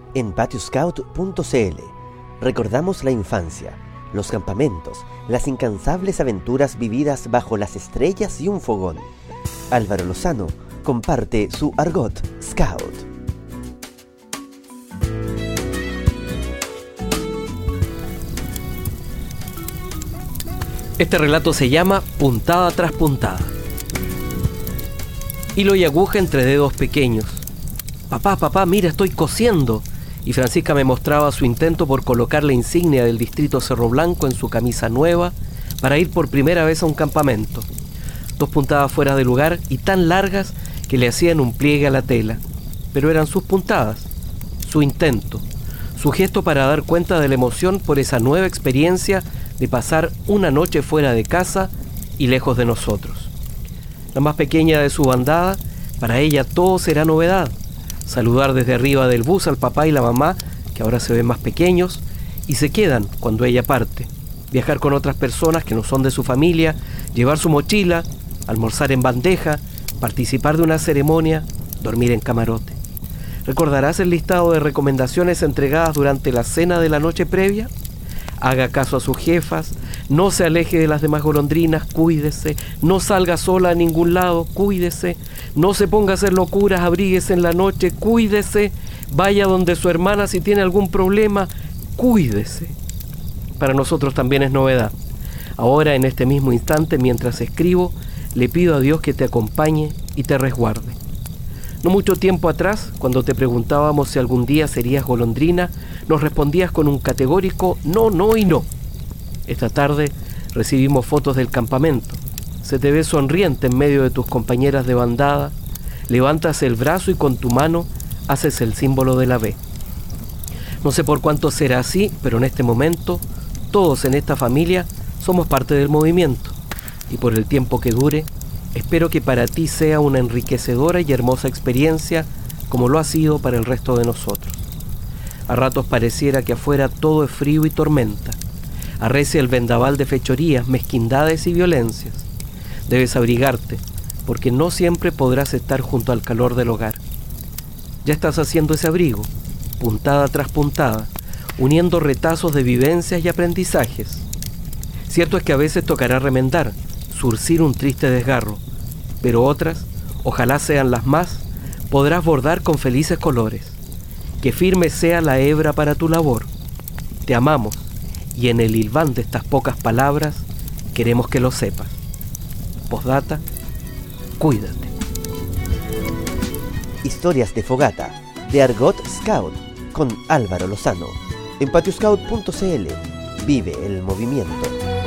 En patioscout.cl recordamos la infancia, los campamentos, las incansables aventuras vividas bajo las estrellas y un fogón. Álvaro Lozano comparte su argot Scout. Este relato se llama Puntada tras puntada. Hilo y aguja entre dedos pequeños. Papá, mira, estoy cosiendo. Y Francisca me mostraba su intento por colocar la insignia del distrito Cerro Blanco en su camisa nueva para ir por primera vez a un campamento. 2 puntadas fuera de lugar y tan largas que le hacían un pliegue a la tela. Pero eran sus puntadas, su intento, su gesto para dar cuenta de la emoción por esa nueva experiencia de pasar una noche fuera de casa y lejos de nosotros. La más pequeña de su bandada, para ella todo será novedad. Saludar desde arriba del bus al papá y la mamá, que ahora se ven más pequeños, y se quedan cuando ella parte. Viajar con otras personas que no son de su familia, llevar su mochila, almorzar en bandeja, participar de una ceremonia, dormir en camarote. ¿Recordarás el listado de recomendaciones entregadas durante la cena de la noche previa? Haga caso a sus jefas, no se aleje de las demás golondrinas, cuídese, no salga sola a ningún lado, cuídese, no se ponga a hacer locuras, abríguese en la noche, cuídese, vaya donde su hermana si tiene algún problema, cuídese. Para nosotros también es novedad. Ahora, en este mismo instante, mientras escribo, le pido a Dios que te acompañe y te resguarde. No mucho tiempo atrás, cuando te preguntábamos si algún día serías golondrina, nos respondías con un categórico no, no y no. Esta tarde recibimos fotos del campamento. Se te ve sonriente en medio de tus compañeras de bandada. Levantas el brazo y con tu mano haces el símbolo de la B. No sé por cuánto será así, pero en este momento, todos en esta familia somos parte del movimiento. Y por el tiempo que dure, espero que para ti sea una enriquecedora y hermosa experiencia como lo ha sido para el resto de nosotros. A ratos pareciera que afuera todo es frío y tormenta. Arrecia el vendaval de fechorías, mezquindades y violencias. Debes abrigarte, porque no siempre podrás estar junto al calor del hogar. Ya estás haciendo ese abrigo, puntada tras puntada, uniendo retazos de vivencias y aprendizajes. Cierto es que a veces tocará remendar, zurcir un triste desgarro, pero otras, ojalá sean las más, podrás bordar con felices colores. Que firme sea la hebra para tu labor. Te amamos, y en el hilván de estas pocas palabras queremos que lo sepas. Postdata, cuídate. Historias de fogata, de Argot Scout, con Álvaro Lozano. En patioscout.cl vive el movimiento.